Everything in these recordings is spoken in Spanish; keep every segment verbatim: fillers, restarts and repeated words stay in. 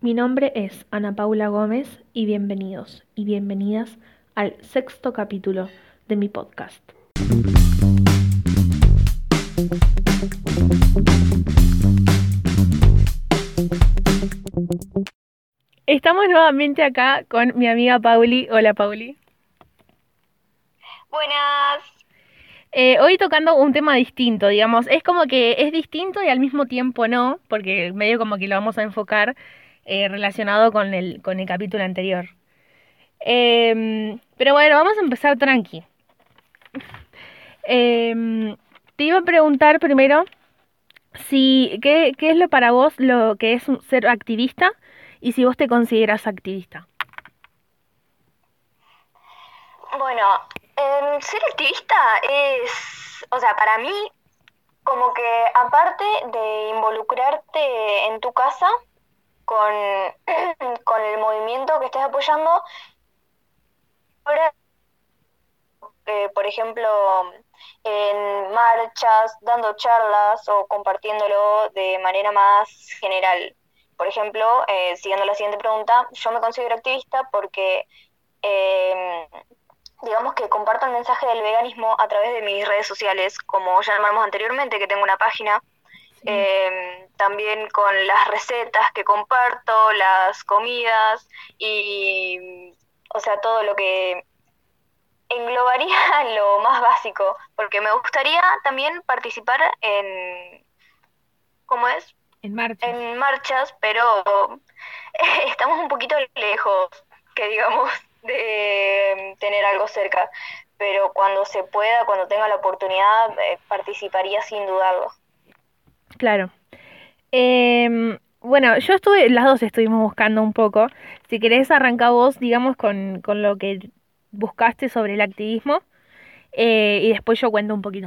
Mi nombre es Ana Paula Gómez y bienvenidos y bienvenidas al sexto capítulo de mi podcast. Estamos nuevamente acá con mi amiga Pauli. Hola, Pauli. Buenas. Eh, hoy tocando un tema distinto, digamos. Es como que es distinto y al mismo tiempo no, porque medio como que lo vamos a enfocar eh, relacionado con el, con el capítulo anterior. Eh, pero bueno, vamos a empezar tranqui. Eh, Te iba a preguntar primero si qué, qué es lo para vos lo que es un- ser activista y si vos te consideras activista. Bueno, em, ser activista es, o sea, para mí, como que aparte de involucrarte en tu casa con, con el movimiento que estés apoyando, ahora, eh, por ejemplo, en marchas, dando charlas o compartiéndolo de manera más general. Por ejemplo, eh, siguiendo la siguiente pregunta, yo me considero activista porque em, digamos que comparto el mensaje del veganismo a través de mis redes sociales, como ya nombramos anteriormente, que tengo una página, Sí. eh, también con las recetas que comparto, las comidas y, o sea, todo lo que englobaría lo más básico, porque me gustaría también participar en, ¿cómo es? En marchas. En marchas, pero estamos un poquito lejos, que digamos, de tener algo cerca. Pero cuando se pueda, cuando tenga la oportunidad, eh, participaría sin dudarlo. Claro. Em, bueno, yo estuve, las dos estuvimos buscando un poco. Si querés arrancar vos, digamos, con, con lo que buscaste sobre el activismo eh, y después yo cuento un poquito.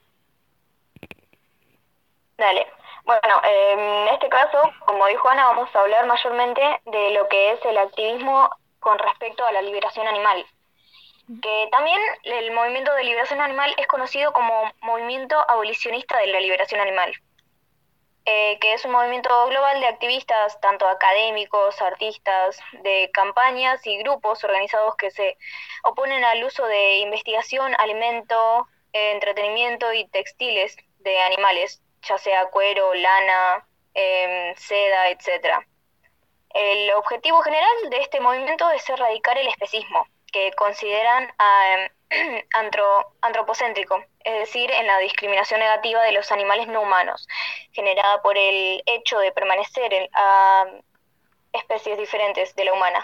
Dale. Bueno, eh, en este caso, como dijo Ana, vamos a hablar mayormente de lo que es el activismo con respecto a la liberación animal. Que también el movimiento de liberación animal es conocido como movimiento abolicionista de la liberación animal. Eh, que es un movimiento global de activistas, tanto académicos, artistas, de campañas y grupos organizados que se oponen al uso de investigación, alimento, eh, entretenimiento y textiles de animales, ya sea cuero, lana, eh, seda, etcétera. El objetivo general de este movimiento es erradicar el especismo, que consideran ah, antro- antropocéntrico, es decir, en la discriminación negativa de los animales no humanos, generada por el hecho de permanecer en a especies diferentes de la humana.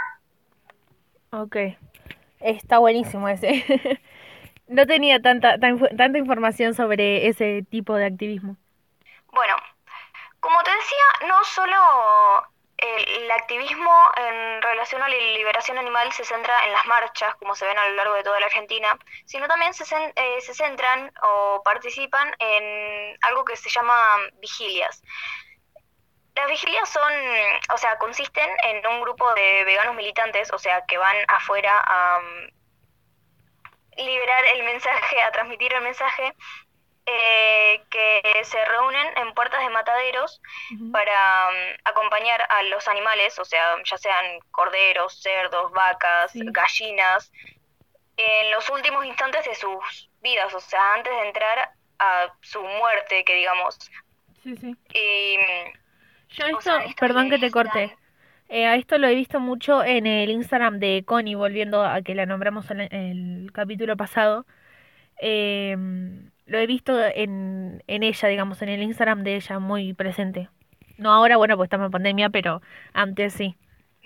Ok, está buenísimo ese. No tenía tanta, tan- tanta información sobre ese tipo de activismo. Bueno, como te decía, no solo el, el activismo en relación a la liberación animal se centra en las marchas, como se ven a lo largo de toda la Argentina, sino también se, cen- eh, se centran o participan en algo que se llama vigilias. Las vigilias son, o sea, consisten en un grupo de veganos militantes, o sea, que van afuera a um, liberar el mensaje, a transmitir el mensaje, eh, que se reúnen en puertas de mataderos Ujú. para um, acompañar a los animales, o sea, ya sean corderos, cerdos, vacas, Sí, gallinas, en los últimos instantes de sus vidas, o sea, antes de entrar a su muerte, que digamos. sí, sí. Y, Yo o sea, esto, estos perdón que te les corté. dan. Eh, a esto lo he visto mucho en el Instagram de Connie, volviendo a que la nombramos en el, en el capítulo pasado. Eh, lo he visto en, en ella, digamos, en el Instagram de ella, muy presente. No ahora, bueno, pues estamos en pandemia, pero antes sí.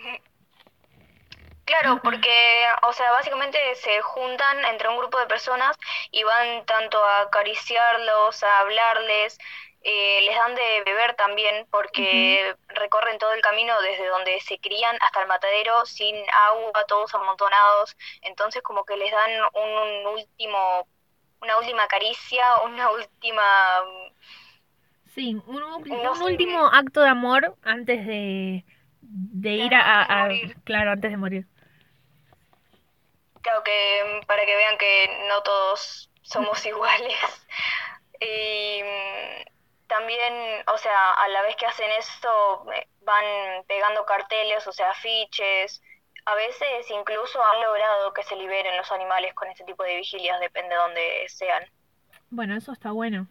Claro, porque, o sea, básicamente se juntan entre un grupo de personas y van tanto a acariciarlos, a hablarles, eh, les dan de beber también, Ujú. porque recorren todo el camino desde donde se crían hasta el matadero sin agua, todos amontonados, entonces como que les dan un, un último, una última caricia, una última, Sí, un, ul- no un sé, último acto de amor antes de, de ir claro, a, antes de a- a- morir. claro, antes de morir. Claro que para que vean que no todos somos iguales. Y, también, o sea, a la vez que hacen esto, eh, van pegando carteles, o sea, afiches. A veces incluso han logrado que se liberen los animales con este tipo de vigilias, depende de donde sean. Bueno, eso está bueno.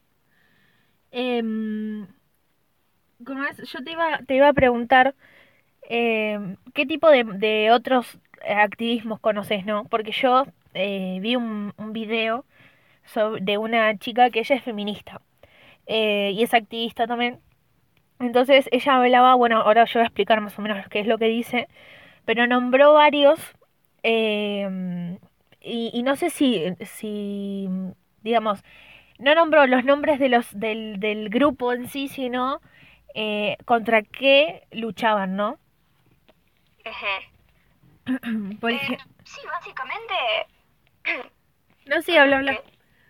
Em, ¿cómo es? Yo te iba, te iba a preguntar em, qué tipo de, de otros activismos conoces, ¿no? Porque yo eh, vi un, un video sobre, de una chica que ella es feminista eh, y es activista también. Entonces ella hablaba, bueno, ahora yo voy a explicar más o menos qué es lo que dice, pero nombró varios em, y, y no sé si, si, digamos, no nombró los nombres de los del, del grupo en sí, sino eh, contra qué luchaban, ¿no? Ujú. Por Eh, ejemplo, sí, básicamente no, sí, habla, habla. que,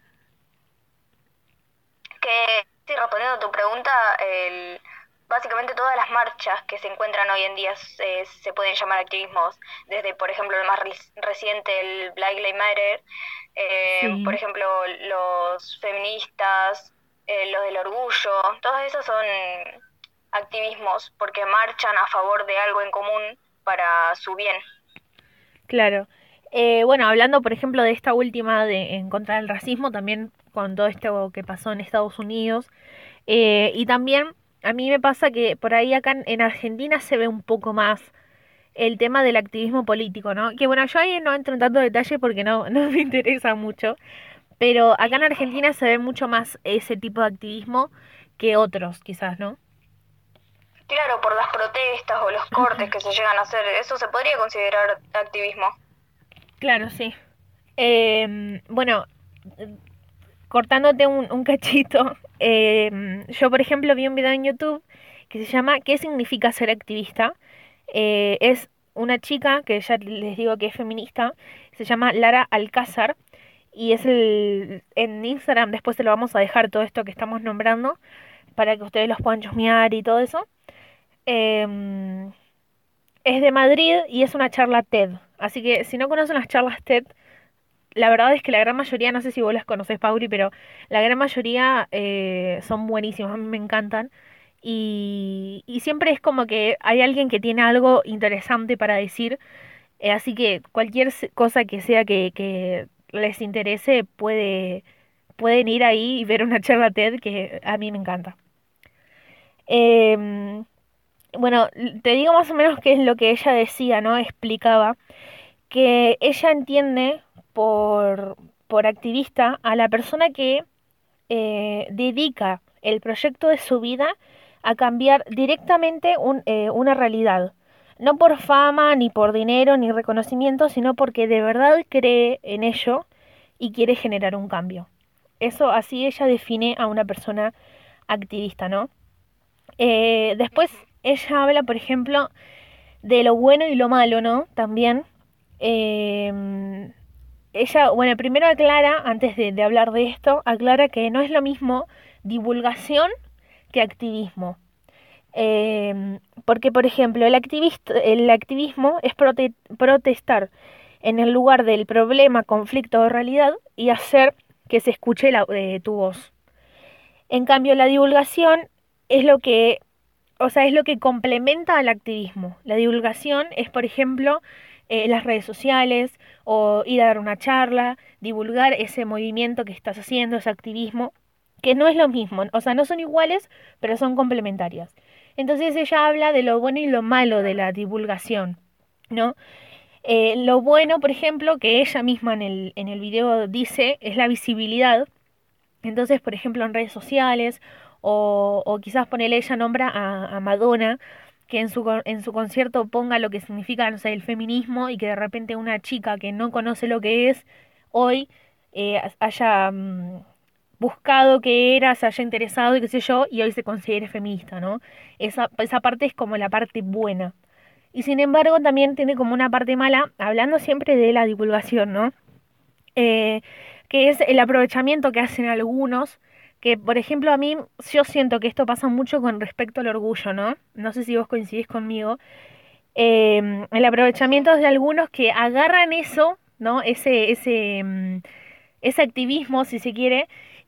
que sí, respondiendo a tu pregunta, el, básicamente todas las marchas que se encuentran hoy en día se, se pueden llamar activismos, desde, por ejemplo, el más re- reciente, el Black Lives Matter, eh, por Sí, ejemplo, los feministas, eh, los del orgullo, todos esos son activismos porque marchan a favor de algo en común para su bien. claro. Eh, bueno, hablando, por ejemplo, de esta última de en contra del racismo, también con todo esto que pasó en Estados Unidos, eh, y también a mí me pasa que por ahí acá en, en Argentina se ve un poco más el tema del activismo político, ¿no? Que bueno, yo ahí no entro en tanto detalle porque no, no me interesa mucho, pero acá en Argentina se ve mucho más ese tipo de activismo que otros, quizás, ¿no? Claro, por las protestas o los cortes que se llegan a hacer, eso se podría considerar activismo. Claro, sí. Eh, bueno, cortándote un, un cachito, eh, yo por ejemplo vi un video en YouTube que se llama ¿Qué significa ser activista? Eh, es una chica que ya les digo que es feminista, se llama Lara Alcázar y es el en Instagram, después se lo vamos a dejar todo esto que estamos nombrando para que ustedes los puedan chusmear y todo eso. Eh, es de Madrid y es una charla TED, así que si no conocen las charlas TED, la verdad es que la gran mayoría, no sé si vos las conocés, Pauri, pero la gran mayoría eh, son buenísimas, a mí me encantan. Y, y siempre es como que hay alguien que tiene algo interesante para decir, eh, así que cualquier se- cosa que sea que, que les interese, puede, pueden ir ahí y ver una charla TED que a mí me encanta. Em, bueno, te digo más o menos qué es lo que ella decía, ¿no? Explicaba que ella entiende por, por activista a la persona que eh, dedica el proyecto de su vida a cambiar directamente un, eh, una realidad. No por fama, ni por dinero, ni reconocimiento, sino porque de verdad cree en ello y quiere generar un cambio. Eso así ella define a una persona activista, ¿no? Eh, después ella habla, por ejemplo, de lo bueno y lo malo, ¿no? También. Eh, ella, bueno, primero aclara, antes de, de hablar de esto, aclara que no es lo mismo divulgación que activismo. Eh, porque, por ejemplo, el, activista, el activismo es prote protestar en el lugar del problema, conflicto o realidad y hacer que se escuche la, eh, tu voz. En cambio, la divulgación es lo que, o sea, es lo que complementa al activismo. La divulgación es, por ejemplo, eh, las redes sociales o ir a dar una charla, divulgar ese movimiento que estás haciendo, ese activismo, que no es lo mismo, o sea, no son iguales, pero son complementarias. Entonces ella habla de lo bueno y lo malo de la divulgación, ¿no? Eh, lo bueno, por ejemplo, que ella misma en el, en el video dice, es la visibilidad. Entonces, por ejemplo, en redes sociales, o, o quizás ponele, ella nombra a, a Madonna, que en su, con- en su concierto ponga lo que significa, no sé, el feminismo y que de repente una chica que no conoce lo que es, hoy eh, haya mm, buscado qué era, se haya interesado y qué sé yo, y hoy se considere feminista, ¿no? Esa, esa parte es como la parte buena. Y sin embargo también tiene como una parte mala, hablando siempre de la divulgación, ¿no? eh, que es el aprovechamiento que hacen algunos, que por ejemplo a mí yo siento que esto pasa mucho con respecto al orgullo, ¿no? No sé si vos coincidís conmigo. Eh, el aprovechamiento es de algunos que agarran eso, ¿no? Ese, ese, mm, ese activismo, si se quiere,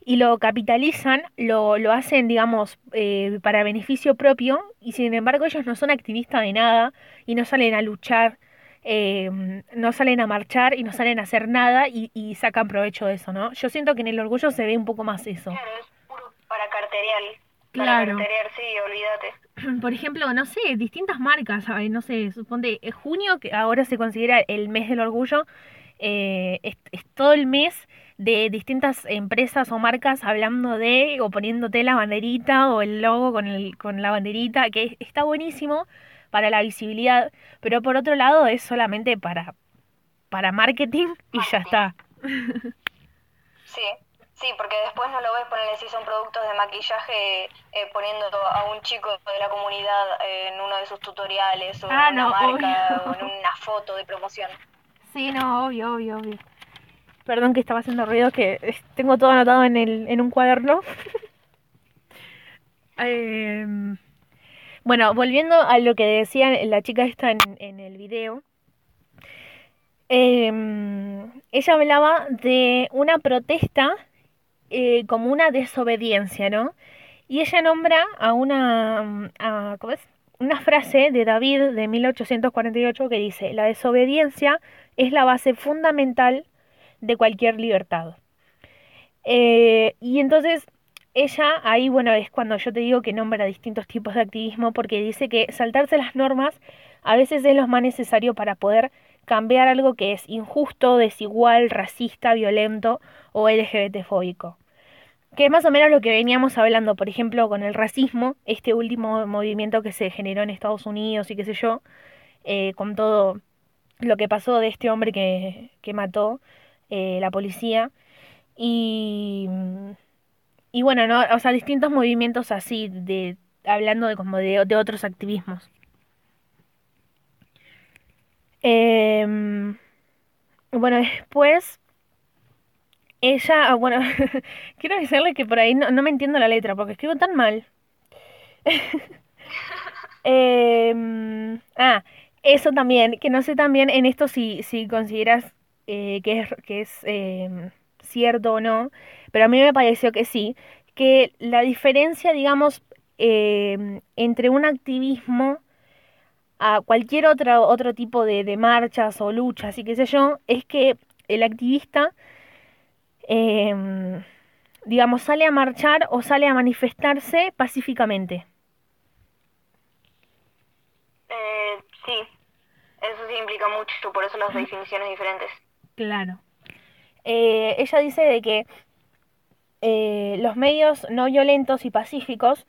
y lo capitalizan, lo, lo hacen, digamos, eh, para beneficio propio, y sin embargo ellos no son activistas de nada, y no salen a luchar, eh, no salen a marchar, y no salen a hacer nada, y, y sacan provecho de eso, ¿no? Yo siento que en el orgullo se ve un poco más eso. Claro, es puro para carterial. Para Claro. carterear, sí, olvídate. Por ejemplo, no sé, distintas marcas, ¿sabes? No sé, suponte eh, junio, que ahora se considera el mes del orgullo, eh, es, es todo el mes de distintas empresas o marcas hablando de o poniéndote la banderita o el logo con, el, con la banderita, que está buenísimo para la visibilidad, pero por otro lado es solamente para, para marketing y ya Marketing. está. Sí, sí, porque después no lo ves, ponerle si son productos de maquillaje, eh, poniendo a un chico de la comunidad eh, en uno de sus tutoriales, o Ah, en una no, marca, o en obvio. una foto de promoción. Sí, no, obvio, obvio, obvio. Perdón que estaba haciendo ruido, que eh, tengo todo anotado en, el, en un cuaderno. Eh, bueno, volviendo a lo que decía la chica esta en, en el video, eh, ella hablaba de una protesta eh, como una desobediencia, ¿no? Y ella nombra a una, a, ¿cómo es? Una frase de David de mil ochocientos cuarenta y ocho que dice, la desobediencia es la base fundamental de cualquier libertad. Eh, y entonces ella ahí, bueno, es cuando yo te digo que nombra distintos tipos de activismo porque dice que saltarse las normas a veces es lo más necesario para poder cambiar algo que es injusto, desigual, racista, violento o L G B T fóbico. Que es más o menos lo que veníamos hablando, por ejemplo, con el racismo, este último movimiento que se generó en Estados Unidos y qué sé yo, eh, con todo lo que pasó de este hombre que, que mató eh, la policía. Y, y bueno, ¿no? O sea, distintos movimientos así, de hablando de como de, de otros activismos. Eh, bueno, después ella, bueno, quiero decirle que por ahí no, no me entiendo la letra porque escribo tan mal. Eh, ah, eso también, que no sé también en esto si, si consideras eh, que es, que es eh, cierto o no, pero a mí me pareció que sí, que la diferencia, digamos, eh, entre un activismo a cualquier otro, otro tipo de, de marchas o luchas y qué sé yo, es que el activista, eh, digamos, sale a marchar o sale a manifestarse pacíficamente. Eh, sí, eso sí implica mucho, por eso las definiciones diferentes. Claro. Eh, ella dice de que eh, los medios no violentos y pacíficos,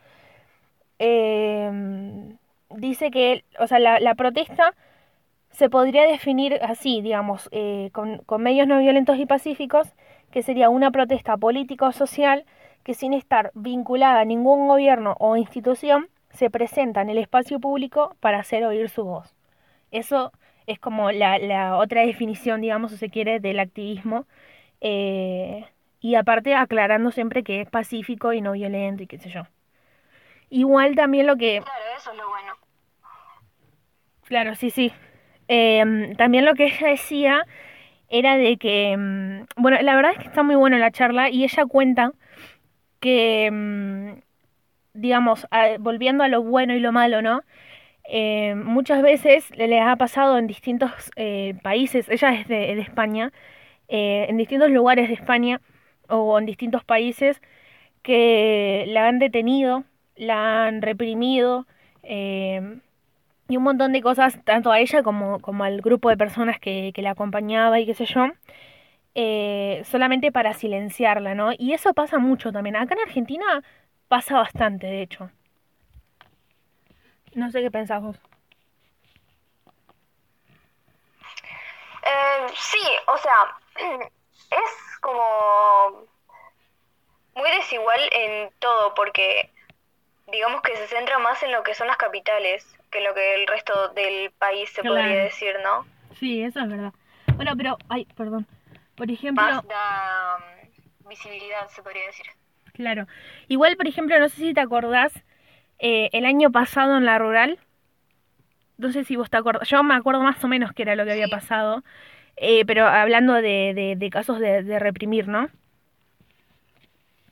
eh, dice que, o sea, la, la protesta se podría definir así, digamos, eh, con, con medios no violentos y pacíficos, que sería una protesta política o social que sin estar vinculada a ningún gobierno o institución, se presenta en el espacio público para hacer oír su voz. Eso es como la, la otra definición, digamos, si se quiere, del activismo. Eh, y aparte aclarando siempre que es pacífico y no violento y qué sé yo. Igual también lo que... Claro, eso es lo bueno. Claro, sí, sí. Eh, también lo que ella decía era de que... mm, Bueno, la verdad es que está muy buena la charla y ella cuenta que, mm, digamos, a- volviendo a lo bueno y lo malo, ¿no? Eh, muchas veces le, le ha pasado en distintos eh, países, ella es de, de España, eh, en distintos lugares de España o en distintos países que la han detenido, la han reprimido eh, y un montón de cosas, tanto a ella como, como al grupo de personas que, que la acompañaba y qué sé yo, eh, solamente para silenciarla, ¿no? Y eso pasa mucho también. Acá en Argentina pasa bastante, de hecho. No sé qué pensás vos. Eh, sí, o sea, es como muy desigual en todo, porque digamos que se centra más en lo que son las capitales que en lo que el resto del país se podría Claro. decir, ¿no? Sí, eso es verdad. Bueno, pero, ay, perdón. Por Más ejemplo, da um, visibilidad, se podría decir. claro. Igual, por ejemplo, no sé si te acordás, eh, el año pasado en la rural, no sé si vos te acordás, yo me acuerdo más o menos qué era lo que había Sí, pasado, eh, pero hablando de, de, de casos de, de reprimir, ¿no?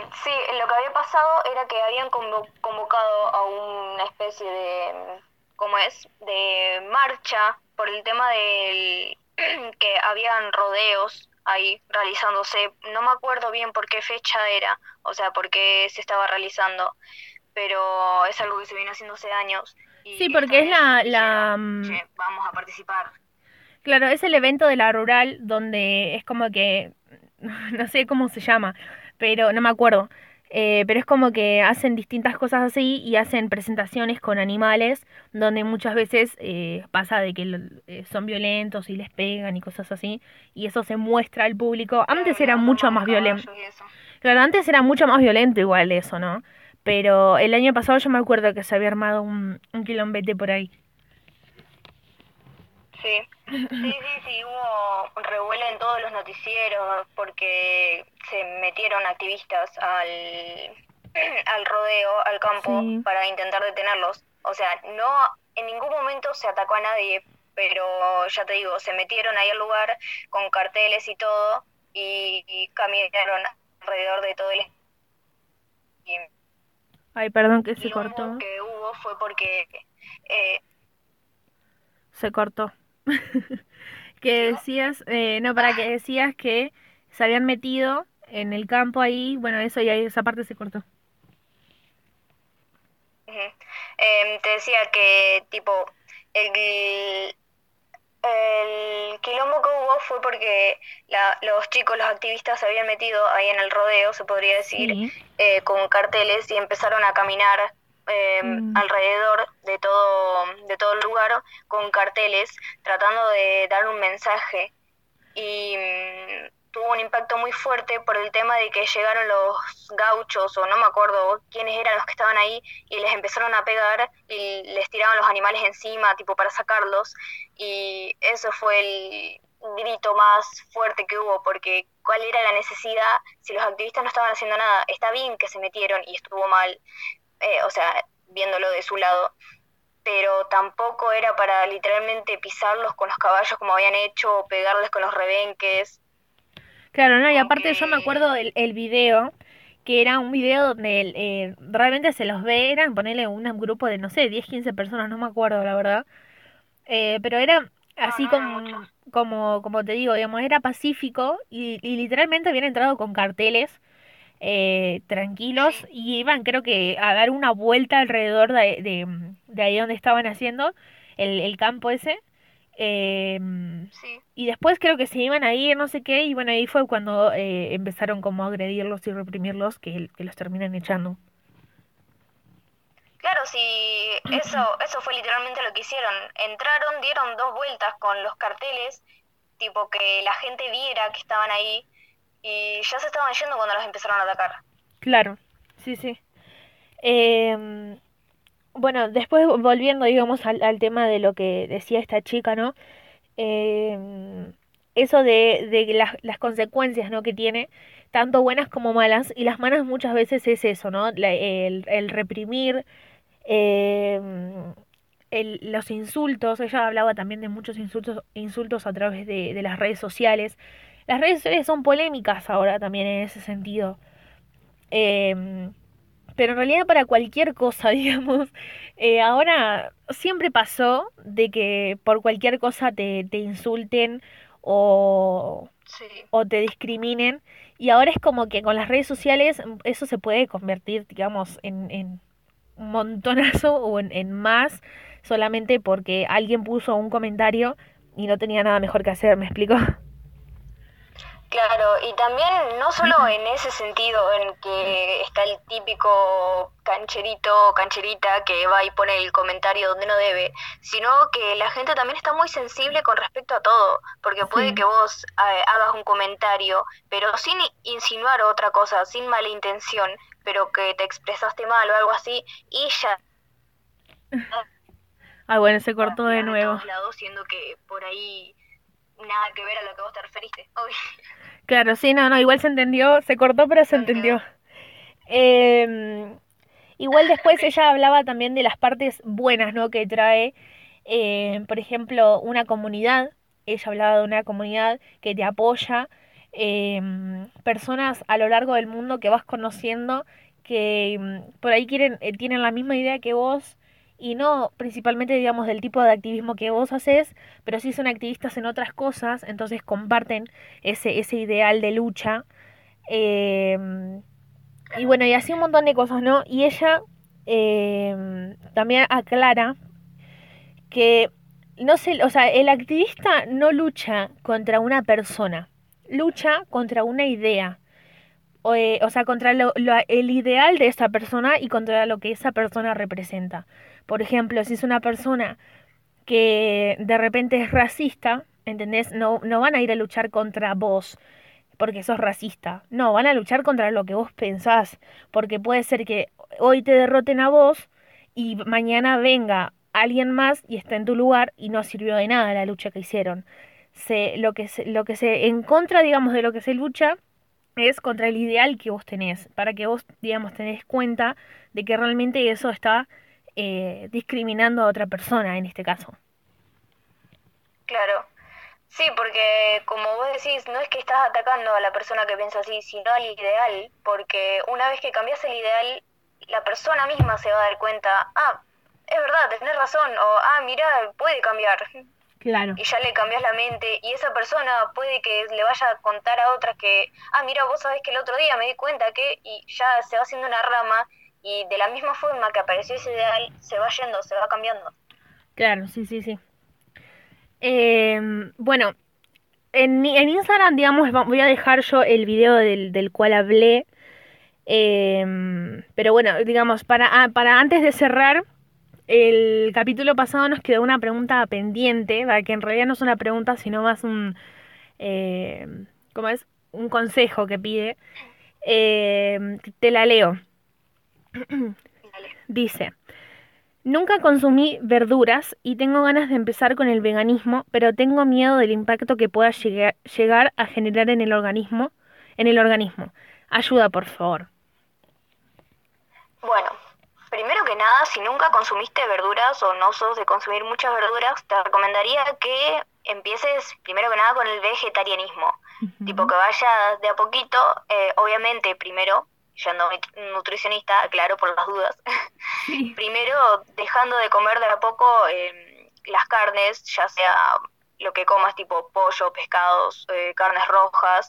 Sí, lo que había pasado era que habían convo- convocado a una especie de, ¿cómo es? De marcha por el tema del que habían rodeos ahí realizándose. No me acuerdo bien por qué fecha era, o sea, por qué se estaba realizando, pero es algo que se viene haciendo hace años Sí, y esta porque es vez la, la, dijeron, mm, che, vamos a participar. claro, es el evento de la rural donde es como que, no sé cómo se llama, pero no me acuerdo. Eh, pero es como que hacen distintas cosas así y hacen presentaciones con animales donde muchas veces eh, pasa de que lo- eh, son violentos y les pegan y cosas así y eso se muestra al público. Claro, Antes les era atan mucho mal los más violento. caballos y eso. Claro, antes era mucho más violento igual eso, ¿no? Pero el año pasado yo me acuerdo que se había armado un, un quilombete por ahí. Sí, sí, sí, sí, hubo revuelo en todos los noticieros porque se metieron activistas al, al rodeo, al campo, Sí. para intentar detenerlos. O sea, no, en ningún momento se atacó a nadie, pero ya te digo, se metieron ahí al lugar con carteles y todo y, y caminaron alrededor de todo el Ay, perdón que se quilombo cortó. que hubo fue porque eh, Se cortó. Que decías, eh, no, para que decías que se habían metido en el campo ahí, bueno, eso y ahí esa parte se cortó. Ujú. Em, te decía que tipo el, el quilombo que hubo fue porque la- los chicos, los activistas se habían metido ahí en el rodeo, se podría decir, Sí. eh, con carteles y empezaron a caminar em, Mm. alrededor de todo, de todo el lugar con carteles, tratando de dar un mensaje y mm, tuvo un impacto muy fuerte por el tema de que llegaron los gauchos o no me acuerdo quiénes eran los que estaban ahí y les empezaron a pegar y les tiraban los animales encima tipo para sacarlos y eso fue el grito más fuerte que hubo porque cuál era la necesidad si los activistas no estaban haciendo nada. Está bien que se metieron y estuvo mal, eh, o sea, viéndolo de su lado, pero tampoco era para literalmente pisarlos con los caballos como habían hecho o pegarles con los rebenques, Claro, no, y como aparte yo me que, acuerdo del el video, que era un video donde el, eh, realmente se los ve, eran ponerle un grupo de, no sé, diez quince personas, no me acuerdo, la verdad. Eh, pero era no, así no eran muchos. como, como, como te digo, digamos, era pacífico y, y literalmente habían entrado con carteles eh, Sí, tranquilos y iban creo que a dar una vuelta alrededor de, de, de ahí donde estaban haciendo el, el campo ese. eh, sí. y después creo que se iban a ir, no sé qué, y bueno, ahí fue cuando eh, empezaron como a agredirlos y reprimirlos, que, que los terminan echando. Claro, sí, eso, eso fue literalmente lo que hicieron. Entraron, dieron dos vueltas con los carteles, tipo que la gente viera que estaban ahí y ya se estaban yendo cuando los empezaron a atacar. Claro, sí, sí. Em, bueno, después volviendo, digamos, al, al tema de lo que decía esta chica, ¿no? eh, Eso de, de las, las consecuencias, ¿no? Que tiene, tanto buenas como malas, y las malas muchas veces es eso, ¿no? La- el, el reprimir, eh, el- los insultos, ella hablaba también de muchos insultos, insultos a través de, de las redes sociales. Las redes sociales son polémicas ahora también en ese sentido. Eh, pero en realidad para cualquier cosa, digamos, eh, ahora siempre pasó de que por cualquier cosa te, te insulten o, Sí. o te discriminen. Y ahora es como que con las redes sociales mm, eso se puede convertir, digamos, en, en un montonazo o en, en más, solamente porque alguien puso un comentario y no tenía nada mejor que hacer, ¿me explico? Claro, y también no solo en ese sentido en que está el típico cancherito o cancherita que va y pone el comentario donde no debe, sino que la gente también está muy sensible con respecto a todo, porque puede Sí. que vos eh, hagas un comentario, pero sin insinuar otra cosa, sin mala intención, pero que te expresaste mal o algo así, y ya Ah, bueno, se cortó de tirar de nuevo. todos lados, siendo que por ahí nada que ver a lo que vos te referiste. Uy, Claro, sí, no, no, igual se entendió, se cortó, pero se ¿dónde quedó? entendió. Eh, Igual después Ok. ella hablaba también de las partes buenas, ¿no? Que trae, eh, por ejemplo, una comunidad. Ella hablaba de una comunidad que te apoya, em, personas a lo largo del mundo que vas conociendo que em, por ahí quieren, eh, tienen la misma idea que vos y no principalmente, digamos, del tipo de activismo que vos haces, pero sí son activistas en otras cosas, entonces comparten ese, ese ideal de lucha. em, y bueno, y así un montón de cosas, ¿no? Y ella em, también aclara que no sé, o sea, el activista no lucha contra una persona, lucha contra una idea, o, eh, o sea, contra lo, lo- el ideal de esa persona y contra lo que esa persona representa. Por ejemplo, si es una persona que de repente es racista, ¿entendés? No, no van a ir a luchar contra vos porque sos racista. No, van a luchar contra lo que vos pensás, porque puede ser que hoy te derroten a vos y mañana venga alguien más y está en tu lugar y no sirvió de nada la lucha que hicieron. Se, lo que se, lo que se en contra, digamos, de lo que se lucha es contra el ideal que vos tenés, para que vos, digamos, tenés cuenta de que realmente eso está eh, discriminando a otra persona en este caso. Claro. Sí, porque como vos decís, no es que estás atacando a la persona que piensa así, sino al ideal, porque una vez que cambias el ideal, la persona misma se va a dar cuenta, ah, es verdad, tenés razón, o ah, mira, puede cambiar, Claro. y ya le cambias la mente, y esa persona puede que le vaya a contar a otras que, ah, mira, vos sabés que el otro día me di cuenta que, y ya se va haciendo una rama, y de la misma forma que apareció ese ideal, se va yendo, se va cambiando. Claro, sí, sí, sí. Eh, bueno, en, en Instagram, digamos, va- voy a dejar yo el video del, del cual hablé. eh, pero bueno, digamos, para, ah, para antes de cerrar, el capítulo pasado nos quedó una pregunta pendiente, ¿vale? Que en realidad no es una pregunta, sino más un, eh, ¿cómo es? Un consejo que pide. Eh, te la leo. Dale. Dice, nunca consumí verduras y tengo ganas de empezar con el veganismo, pero tengo miedo del impacto que pueda llegar, llegar a generar en el organismo, en el organismo. Ayuda, por favor. Bueno, primero que nada, si nunca consumiste verduras o no sos de consumir muchas verduras, te recomendaría que empieces primero que nada con el vegetarianismo. Tipo Ujú. que vayas de a poquito, eh, obviamente primero, yendo a un nutricionista, aclaro por las dudas, Sí. primero dejando de comer de a poco eh, las carnes, ya sea lo que comas tipo pollo, pescados, eh, carnes rojas,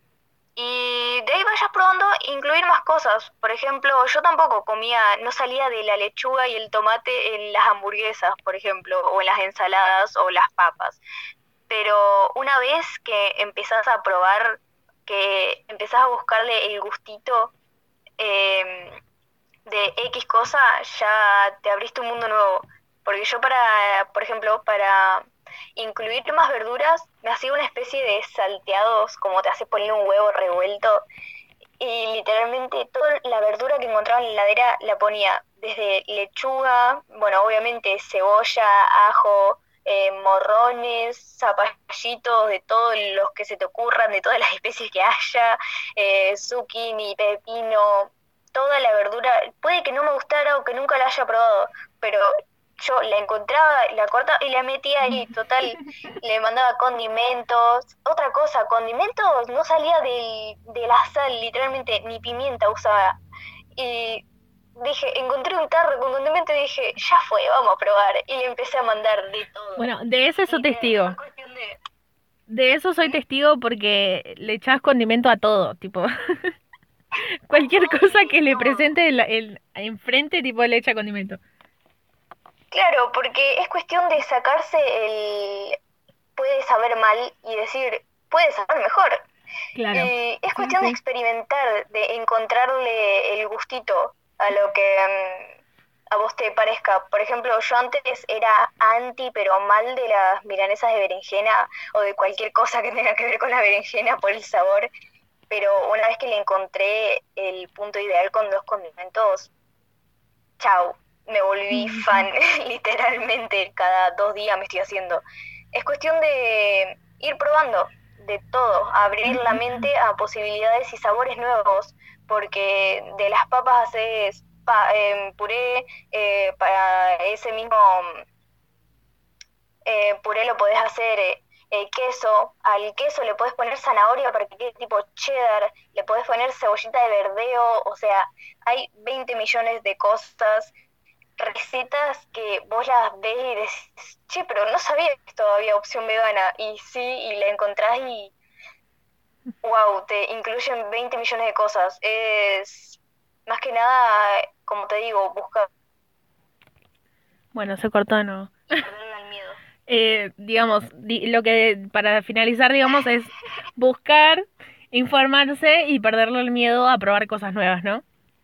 y de ahí vayas probando incluir más cosas. Por ejemplo, yo tampoco comía, no salía de la lechuga y el tomate en las hamburguesas, por ejemplo, o en las ensaladas o las papas. Pero una vez que empezás a probar, que empezás a buscarle el gustito eh, de X cosa, ya te abriste un mundo nuevo. Porque yo para, por ejemplo, para incluir más verduras, me hacía una especie de salteados, como te hace poner un huevo revuelto, y literalmente toda la verdura que encontraba en la heladera la ponía, desde lechuga, bueno, obviamente cebolla, ajo, eh, morrones, zapallitos, de todos los que se te ocurran, de todas las especies que haya, eh, zucchini, pepino, toda la verdura, puede que no me gustara o que nunca la haya probado, pero yo la encontraba, la cortaba y la metía ahí, total, le mandaba condimentos, otra cosa, condimentos no salía del, de la sal, literalmente, ni pimienta usaba. Y dije, encontré un tarro con condimentos y dije, ya fue, vamos a probar. Y le empecé a mandar de todo. Bueno, de eso soy Y me, fue testigo. cuestión de... De eso soy ¿Mm? testigo porque le echás condimento a todo, tipo, cualquier Todo cosa que y le todo. presente el, el- enfrente, tipo, le echa condimento. Claro, porque es cuestión de sacarse el puede saber mal y decir puede saber mejor. Claro. Y es Sí, cuestión de sí. experimentar, de encontrarle el gustito a lo que mm, a vos te parezca. Por ejemplo, yo antes era anti, pero mal de las milanesas de berenjena o de cualquier cosa que tenga que ver con la berenjena por el sabor, pero una vez que le encontré el punto ideal con dos condimentos, chau, me volví fan, literalmente, cada dos días me estoy haciendo. Es cuestión de ir probando de todo, abrir la mente a posibilidades y sabores nuevos, porque de las papas haces pa eh, puré, eh, para ese mismo eh, puré lo podés hacer eh, eh, queso, al queso le podés poner zanahoria para que quede tipo cheddar, le podés poner cebollita de verdeo, o sea, hay veinte millones de cosas, recetas que vos las ves y decís, che, pero no sabía que esto había opción vegana, y sí, y la encontrás y wow, te incluyen veinte millones de cosas. Es más que nada, como te digo, buscar Bueno, se cortó, ¿no? y perderle al miedo. Eh, digamos, di- lo que para finalizar, digamos, es buscar, informarse y perderle el miedo a probar cosas nuevas, ¿no?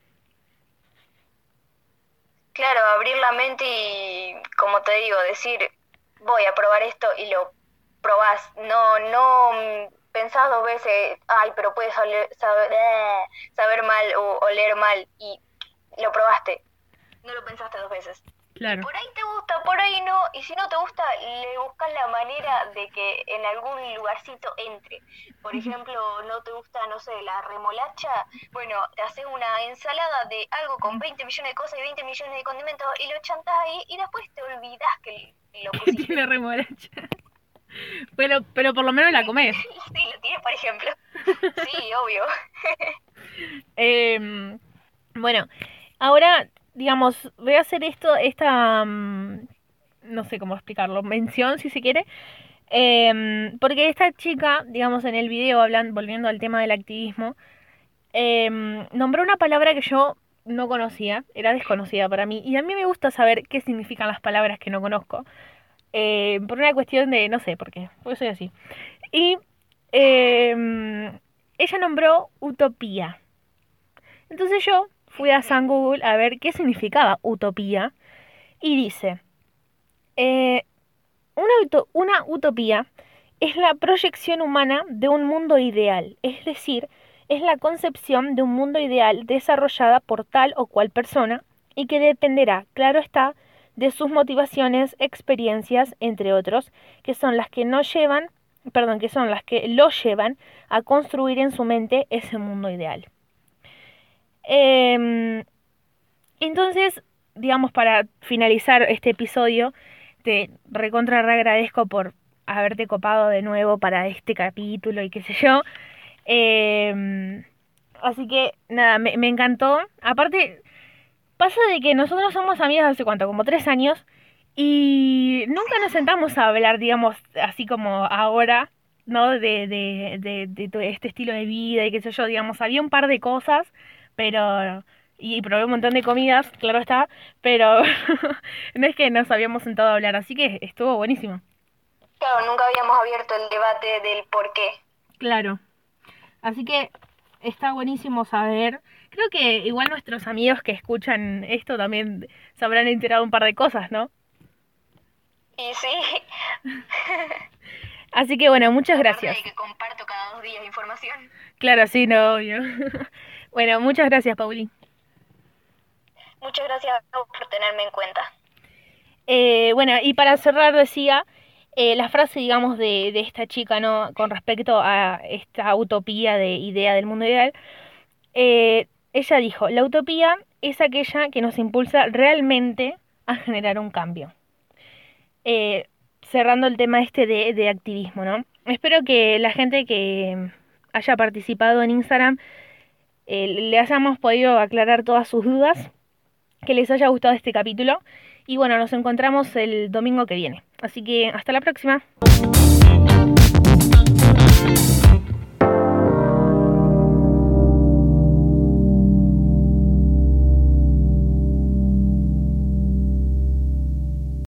Claro, abrir la mente y, como te digo, decir, voy a probar esto y lo probás. No, no mm, pensás dos veces, ay, pero puede saber, saber, eh, saber mal o oler mal y lo probaste. No lo pensaste dos veces. Claro. Por ahí te gusta, por ahí no, y si no te gusta, le buscas la manera de que en algún lugarcito entre. Por ejemplo, no te gusta, no sé, la remolacha, bueno, te haces una ensalada de algo con veinte millones de cosas y veinte millones de condimentos y lo chantás ahí y después te olvidás que lo Que pusiste. tiene remolacha. Pero, pero por lo menos la comés. Sí, lo tiene, por ejemplo. Sí, obvio. Eh, bueno, ahora, digamos, voy a hacer esto, esta, mm, no sé cómo explicarlo, mención si se quiere, eh, porque esta chica, digamos, en el video, hablan, volviendo al tema del activismo, eh, nombró una palabra que yo no conocía, era desconocida para mí, y a mí me gusta saber qué significan las palabras que no conozco, eh, por una cuestión de, no sé por qué, porque soy así. Y eh, ella nombró utopía. Entonces yo fui a San Google a ver qué significaba utopía y dice, eh, una, uto- una utopía es la proyección humana de un mundo ideal, es decir, es la concepción de un mundo ideal desarrollada por tal o cual persona y que dependerá, claro está, de sus motivaciones, experiencias, entre otros, que son las que no llevan, perdón, que son las que lo llevan a construir en su mente ese mundo ideal. Eh, entonces, digamos, para finalizar este episodio, te recontra re agradezco por haberte copado de nuevo para este capítulo y qué sé yo. Eh, así que, nada, me, me encantó. Aparte, pasa de que nosotros somos amigas hace cuánto, como tres años, y nunca nos sentamos a hablar, digamos, así como ahora, ¿no? De, de, de, de todo este estilo de vida y qué sé yo, digamos, había un par de cosas, pero... Y probé un montón de comidas, claro está, pero no es que nos habíamos sentado a hablar, así que estuvo buenísimo. Claro, nunca habíamos abierto el debate del por qué. Claro. Así que está buenísimo saber. Creo que igual nuestros amigos que escuchan esto también se habrán enterado un par de cosas, ¿no? Y sí, Así que bueno, muchas aparte gracias. de que comparto cada dos días información. Claro, sí, no, obvio. Bueno, muchas gracias, Pauli. Muchas gracias por tenerme en cuenta. Eh, bueno, y para cerrar decía eh, la frase, digamos, de, de esta chica, ¿no? Con respecto a esta utopía de idea del mundo ideal. Eh, ella dijo, la utopía es aquella que nos impulsa realmente a generar un cambio. Eh, cerrando el tema este de, de activismo, ¿no? Espero que la gente que haya participado en Instagram eh, le hayamos podido aclarar todas sus dudas, que les haya gustado este capítulo y bueno, nos encontramos el domingo que viene. Así que hasta la próxima.